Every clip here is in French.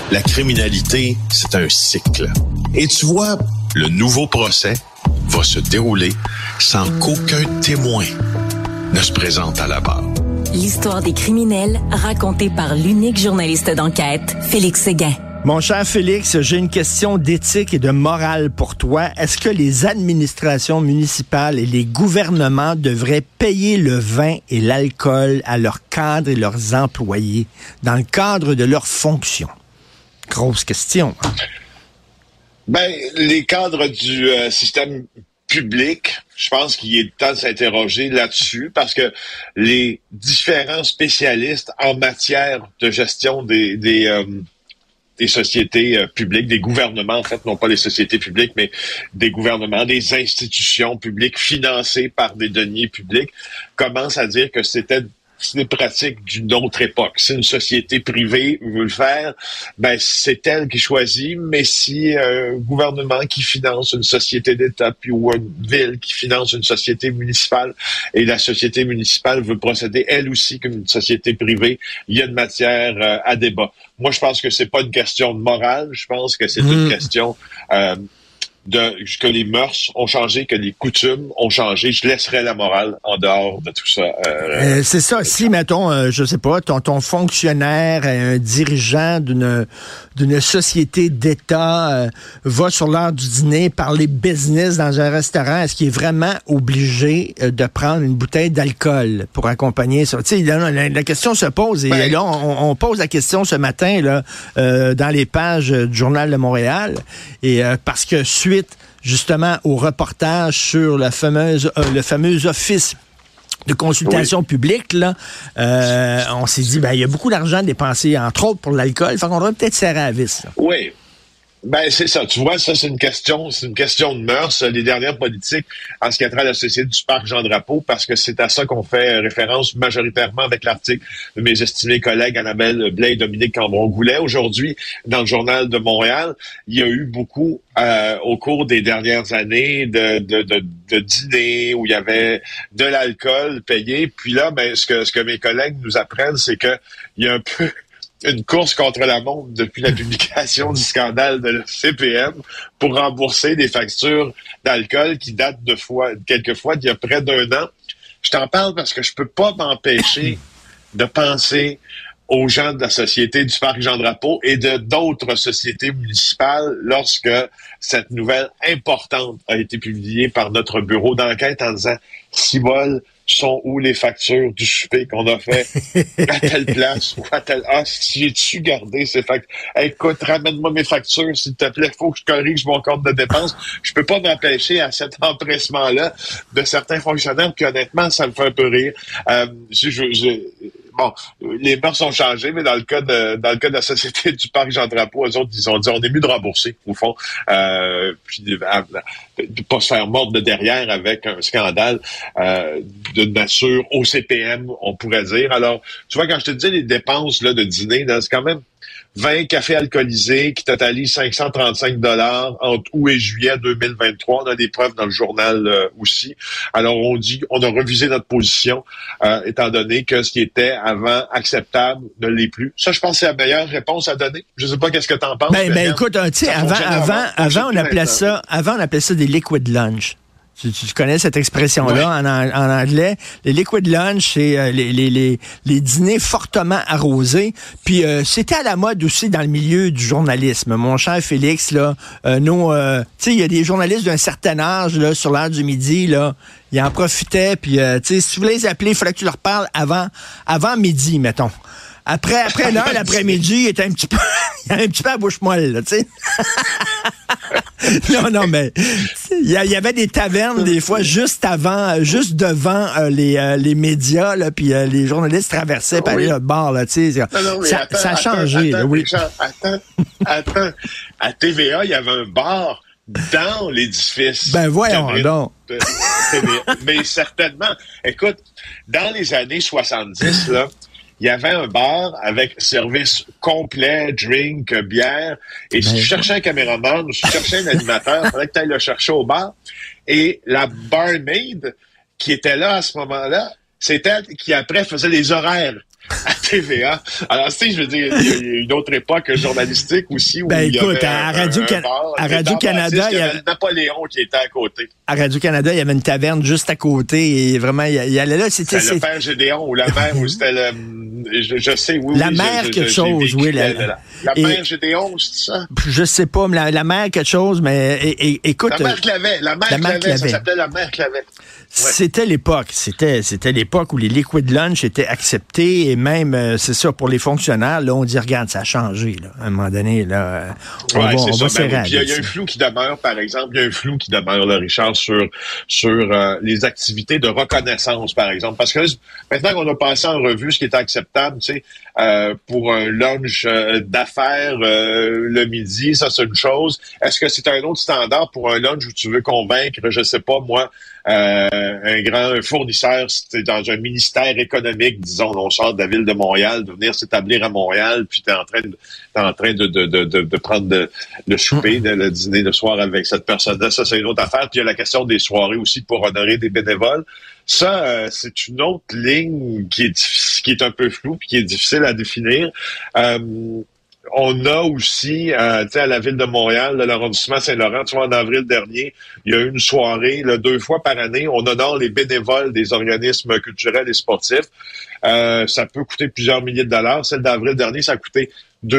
La criminalité, c'est un cycle. Et tu vois, le nouveau procès va se dérouler sans qu'aucun témoin ne se présente à la barre. L'histoire des criminels racontée par l'unique journaliste d'enquête, Félix Séguin. Mon cher Félix, j'ai une question d'éthique et de morale pour toi. Est-ce que les administrations municipales et les gouvernements devraient payer le vin et l'alcool à leurs cadres et leurs employés dans le cadre de leurs fonctions? Grosse question. Ben, les cadres du système public, je pense qu'il est temps de s'interroger là-dessus parce que les différents spécialistes en matière de gestion des sociétés publiques, des gouvernements, en fait, non pas les sociétés publiques, mais des gouvernements, des institutions publiques financées par des deniers publics, commencent à dire que c'est des pratiques d'une autre époque. Si une société privée veut le faire, ben c'est elle qui choisit, mais si un gouvernement qui finance une société d'État, puis ou une ville qui finance une société municipale, et la société municipale veut procéder elle aussi comme une société privée, il y a une matière à débat. Moi, je pense que c'est pas une question de morale, je pense que c'est une question que les mœurs ont changé, que les coutumes ont changé. Je laisserai la morale en dehors de tout ça. C'est ça. Si, mettons, je sais pas, ton fonctionnaire, un dirigeant d'une société d'État va sur l'heure du dîner parler business dans un restaurant, est-ce qu'il est vraiment obligé de prendre une bouteille d'alcool pour accompagner ça? Tu sais, la question se pose. Et là, on pose la question ce matin là dans les pages du Journal de Montréal. Et parce que suite justement au reportage sur le fameux office de consultation publique, là, on s'est dit, il y a beaucoup d'argent dépensé, entre autres, pour l'alcool. Fait qu'on devrait peut-être serrer à vis. Là. Oui. Ben, c'est ça. Tu vois, ça, c'est une question de mœurs. Les dernières politiques en ce qui a trait à la Société du parc Jean-Drapeau, parce que c'est à ça qu'on fait référence majoritairement avec l'article de mes estimés collègues Annabelle Blais et Dominique Cambron-Goulet. Aujourd'hui, dans le Journal de Montréal, il y a eu beaucoup, au cours des dernières années, de dîners où il y avait de l'alcool payé. Puis là, ben, ce que mes collègues nous apprennent, c'est que il y a un peu une course contre la montre depuis la publication du scandale de la CPM pour rembourser des factures d'alcool qui datent quelquefois d'il y a près d'un an. Je t'en parle parce que je peux pas m'empêcher de penser aux gens de la Société du parc Jean-Drapeau et de d'autres sociétés municipales lorsque cette nouvelle importante a été publiée par notre bureau d'enquête en disant « Cibole, sont où les factures du souper qu'on a fait à telle place ou à telle... Ah, si j'ai-tu gardé ces factures? Écoute, ramène-moi mes factures, s'il te plaît, faut que je corrige mon compte de dépenses. » Je peux pas m'empêcher à cet empressement-là de certains fonctionnaires, puis honnêtement, ça me fait un peu rire. Bon, les mœurs ont changé, mais dans le cas de la Société du parc Jean-Drapeau, eux autres, ils ont dit, on est mieux de rembourser, au fond, puis de pas se faire mordre de derrière avec un scandale de nature au CPM, on pourrait dire. Alors, tu vois, quand je te dis les dépenses là de dîner, là, c'est quand même 20 cafés alcoolisés qui totalisent 535 $ entre août et juillet 2023. On a des preuves dans le journal aussi. Alors, on a revisé notre position, étant donné que ce qui était avant acceptable ne l'est plus. Ça, je pense que c'est la meilleure réponse à donner. Je sais pas qu'est-ce que t'en penses. Ben écoute, tu sais, avant, on appelait ça des liquid lunch. Tu connais cette expression-là en anglais. Les liquid lunch, c'est les dîners fortement arrosés. Puis c'était à la mode aussi dans le milieu du journalisme. Mon cher Félix, là, tu sais, il y a des journalistes d'un certain âge là sur l'heure du midi, là, ils en profitaient. Puis tu sais, si tu voulais les appeler, il fallait que tu leur parles avant midi, mettons. Après l'heure, l'après-midi, il était un petit peu à bouche molle, là, tu sais. Non, mais il y avait des tavernes des fois juste devant les médias, là, puis les journalistes traversaient par le bord, là, tu sais. Ça a changé, là, oui. Attends. À TVA, il y avait un bar dans l'édifice. Ben voyons donc. Mais certainement. Écoute, dans les années 70, là, il y avait un bar avec service complet, drink, bière. Et si tu cherchais un caméraman ou si tu cherchais un animateur, il fallait que tu ailles le chercher au bar. Et la barmaid qui était là à ce moment-là, c'est elle qui après faisait les horaires à TVA. Alors, tu sais, je veux dire, il y a une autre époque journalistique aussi où il y avait à Radio-Canada, il y avait Napoléon qui était à côté. À Radio-Canada, il y avait une taverne juste à côté et vraiment, il allait là. C'était le père Gédéon ou la mère, ou c'était le... Je sais, oui. La mère quelque chose, oui. La mère Gédéon, c'est ça? Je sais pas, mais la mère quelque chose, mais écoute... La mère Clavet, ça s'appelait la mère Clavet. Ouais. C'était l'époque. C'était l'époque où les liquid lunch étaient acceptés et même, c'est ça, pour les fonctionnaires, là, on dit, regarde, ça a changé, là. À un moment donné, là, on va serrer. Il y a un flou qui demeure, par exemple, là, Richard, sur les activités de reconnaissance, par exemple. Parce que maintenant qu'on a passé en revue ce qui était acceptable, tu sais, pour un lunch d'affaires le midi, ça c'est une chose. Est-ce que c'est un autre standard pour un lunch où tu veux convaincre, je sais pas moi, un grand fournisseur dans un ministère économique, disons, on sort de la ville de Montréal, de venir s'établir à Montréal, puis t'es en train de prendre le souper, le dîner le soir avec cette personne-là, ça c'est une autre affaire. Puis il y a la question des soirées aussi pour honorer des bénévoles. Ça, c'est une autre ligne qui est un peu floue, puis qui est difficile à définir. On a aussi, à la ville de Montréal, l'arrondissement Saint-Laurent, tu vois, en avril dernier, il y a eu une soirée, 2 fois par année, on honore les bénévoles des organismes culturels et sportifs. Ça peut coûter plusieurs milliers de dollars. Celle d'avril dernier, ça a coûté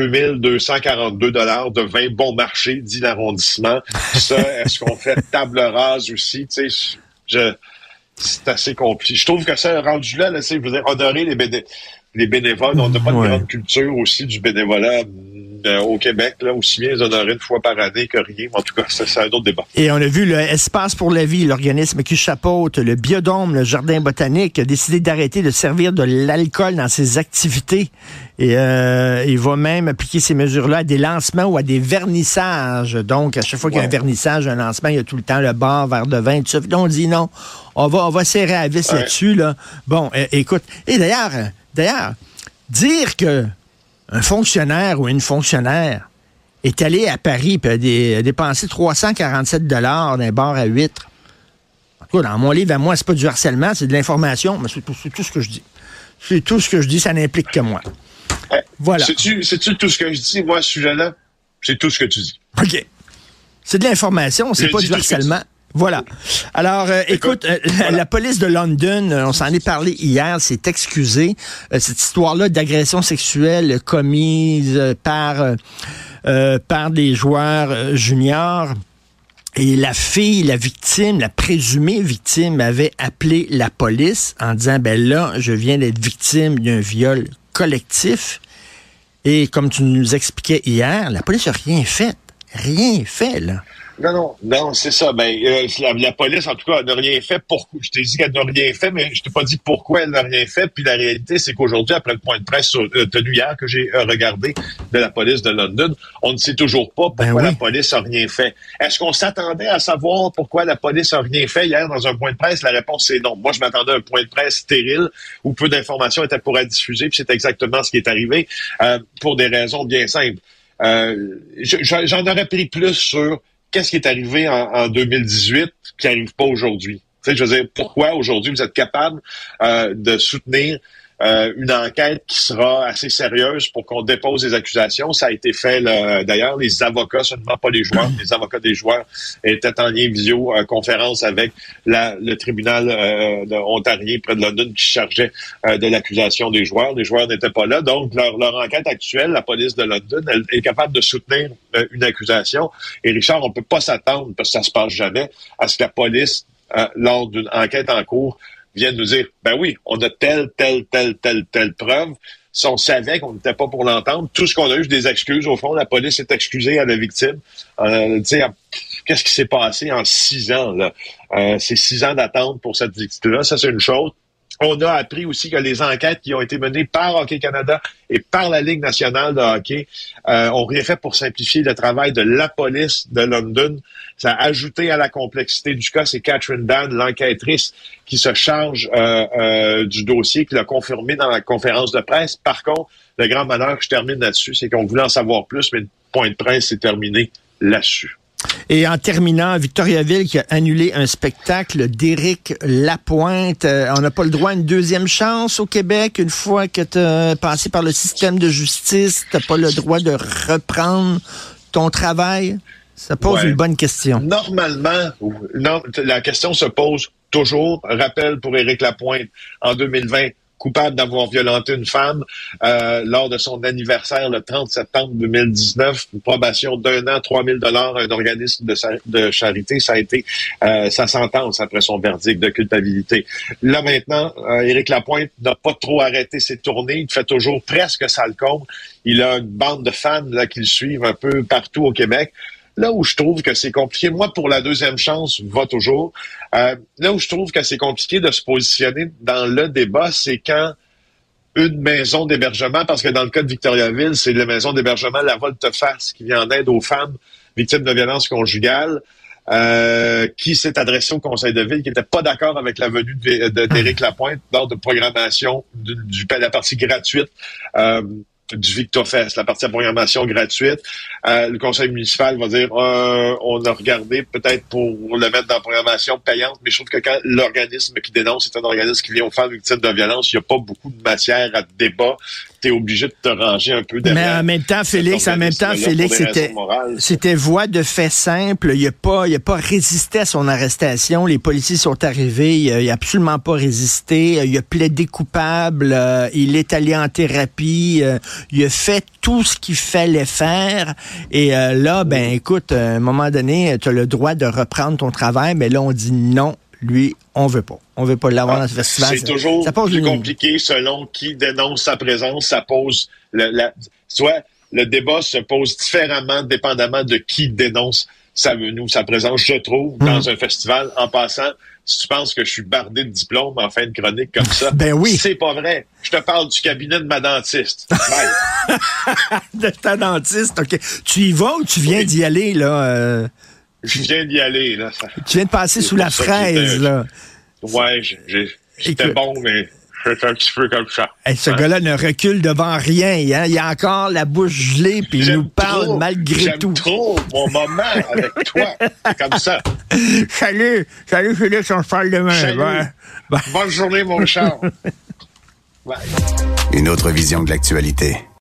2242 $ de vin bon marché, dit l'arrondissement. Ça, est-ce qu'on fait table rase aussi? Tu sais, c'est assez compliqué. Je trouve que ça, rendu là, je veux dire, honorer les bénévoles. On n'a pas de grande culture aussi du bénévolat au Québec, là, aussi bien les honorer une fois par année que rien. En tout cas, c'est un autre débat. Et on a vu le Espace pour la vie, l'organisme qui chapeaute le Biodôme, le Jardin botanique, a décidé d'arrêter de servir de l'alcool dans ses activités. Et il va même appliquer ces mesures-là à des lancements ou à des vernissages. Donc, à chaque fois qu'il y a un vernissage, un lancement, il y a tout le temps le bar, verre de vin, tout ça. Puis là, on dit non, on va serrer à vis là-dessus. Là. Bon, écoute, et d'ailleurs, dire que un fonctionnaire ou une fonctionnaire est allé à Paris et a dépensé 347 $ dans un bar à huîtres. En tout cas, dans mon livre, à moi, c'est pas du harcèlement, c'est de l'information, mais c'est tout ce que je dis. C'est tout ce que je dis, ça n'implique que moi. Voilà. C'est-tu tout ce que je dis, moi, à ce sujet-là? C'est tout ce que tu dis. OK. C'est de l'information, c'est pas du harcèlement. Voilà. Alors, écoute, la police de London, on s'en est parlé hier, s'est excusée. Cette histoire-là d'agression sexuelle commise par des joueurs juniors. Et la fille, la victime, la présumée victime, avait appelé la police en disant, ben là, je viens d'être victime d'un viol collectif. Et comme tu nous expliquais hier, la police n'a rien fait. Rien fait, là. Non, c'est ça. Ben, la police, en tout cas, n'a rien fait. Je t'ai dit qu'elle n'a rien fait, mais je t'ai pas dit pourquoi elle n'a rien fait. Puis la réalité, c'est qu'aujourd'hui, après le point de presse tenu hier que j'ai regardé de la police de London, on ne sait toujours pas pourquoi la police a rien fait. Est-ce qu'on s'attendait à savoir pourquoi la police a rien fait hier dans un point de presse? La réponse, c'est non. Moi, je m'attendais à un point de presse stérile où peu d'informations étaient pour être diffusées, puis c'est exactement ce qui est arrivé pour des raisons bien simples. J'en aurais pris plus sur qu'est-ce qui est arrivé en 2018 qui n'arrive pas aujourd'hui. Tu sais, je veux dire, pourquoi aujourd'hui vous êtes capable de soutenir une enquête qui sera assez sérieuse pour qu'on dépose des accusations. Ça a été fait, d'ailleurs, les avocats, seulement pas les joueurs. Les avocats des joueurs étaient en lien visioconférence avec le tribunal ontarien près de London qui chargeait de l'accusation des joueurs. Les joueurs n'étaient pas là. Donc, leur enquête actuelle, la police de London, elle est capable de soutenir une accusation. Et Richard, on peut pas s'attendre, parce que ça se passe jamais, à ce que la police, lors d'une enquête en cours, viennent nous dire, ben oui, on a telle preuve. Si on savait qu'on n'était pas pour l'entendre, tout ce qu'on a eu, c'est des excuses. Au fond, la police est excusée à la victime. Qu'est-ce qui s'est passé en 6 ans, là? C'est 6 ans d'attente pour cette victime-là. Ça, c'est une chose. On a appris aussi que les enquêtes qui ont été menées par Hockey Canada et par la Ligue nationale de hockey ont rien fait pour simplifier le travail de la police de London. Ça a ajouté à la complexité du cas. C'est Catherine Dan, l'enquêtrice, qui se charge du dossier, qui l'a confirmé dans la conférence de presse. Par contre, le grand malheur, je termine là-dessus, c'est qu'on voulait en savoir plus, mais le point de presse s'est terminé là-dessus. Et en terminant, Victoriaville qui a annulé un spectacle d'Éric Lapointe. On n'a pas le droit à une deuxième chance au Québec une fois que tu as passé par le système de justice. Tu n'as pas le droit de reprendre ton travail. Ça pose une bonne question. Normalement, non, la question se pose toujours. Rappel pour Éric Lapointe, en 2020, coupable d'avoir violenté une femme lors de son anniversaire le 30 septembre 2019, une probation d'1 an, 3 000 $ à un organisme de charité. Ça a été sa sentence après son verdict de culpabilité. Là maintenant, Éric Lapointe n'a pas trop arrêté ses tournées. Il fait toujours presque ça le compte. Il a une bande de fans là qui le suivent un peu partout au Québec. Là où je trouve que c'est compliqué, moi, pour la deuxième chance, va toujours. Là où je trouve que c'est compliqué de se positionner dans le débat, c'est quand une maison d'hébergement, parce que dans le cas de Victoriaville, c'est la maison d'hébergement La Volte-Face qui vient en aide aux femmes victimes de violences conjugales, qui s'est adressé au conseil de ville, qui n'était pas d'accord avec la venue d'Éric Lapointe lors de programmation de la partie gratuite du VictoFest, la partie de programmation gratuite. Le conseil municipal va dire on a regardé peut-être pour le mettre dans la programmation payante, mais je trouve que quand l'organisme qui dénonce est un organisme qui vient aux femmes victimes de violence, il n'y a pas beaucoup de matière à débat. Tu es obligé de te ranger un peu derrière. Mais en même temps, Félix, c'était voie de fait simple. Il a pas résisté à son arrestation. Les policiers sont arrivés. Il a absolument pas résisté. Il a plaidé coupable. Il est allé en thérapie. Il a fait tout ce qu'il fallait faire. Et là, ben écoute, à un moment donné, tu as le droit de reprendre ton travail, mais là, on dit non. Lui, on veut pas. On veut pas l'avoir dans ce festival. C'est toujours plus compliqué selon qui dénonce sa présence. Ça pose soit le débat se pose différemment dépendamment de qui dénonce sa venue, sa présence, je trouve, dans un festival. En passant, si tu penses que je suis bardé de diplôme en fin de chronique comme ça, ben oui. C'est pas vrai. Je te parle du cabinet de ma dentiste. De ta dentiste, OK. Tu y vas ou tu viens d'y aller, là? Je viens d'y aller, là. Tu viens de passer sous la fraise, là. Ouais, j'étais bon, mais j'étais un petit peu comme ça. Hey, ce gars-là ne recule devant rien. Hein? Il a encore la bouche gelée, puis il nous parle malgré tout. J'aime trop mon moment avec toi. C'est comme ça. Salut Félix, on se parle demain. Salut. Bye. Bonne journée, mon Charles. Une autre vision de l'actualité.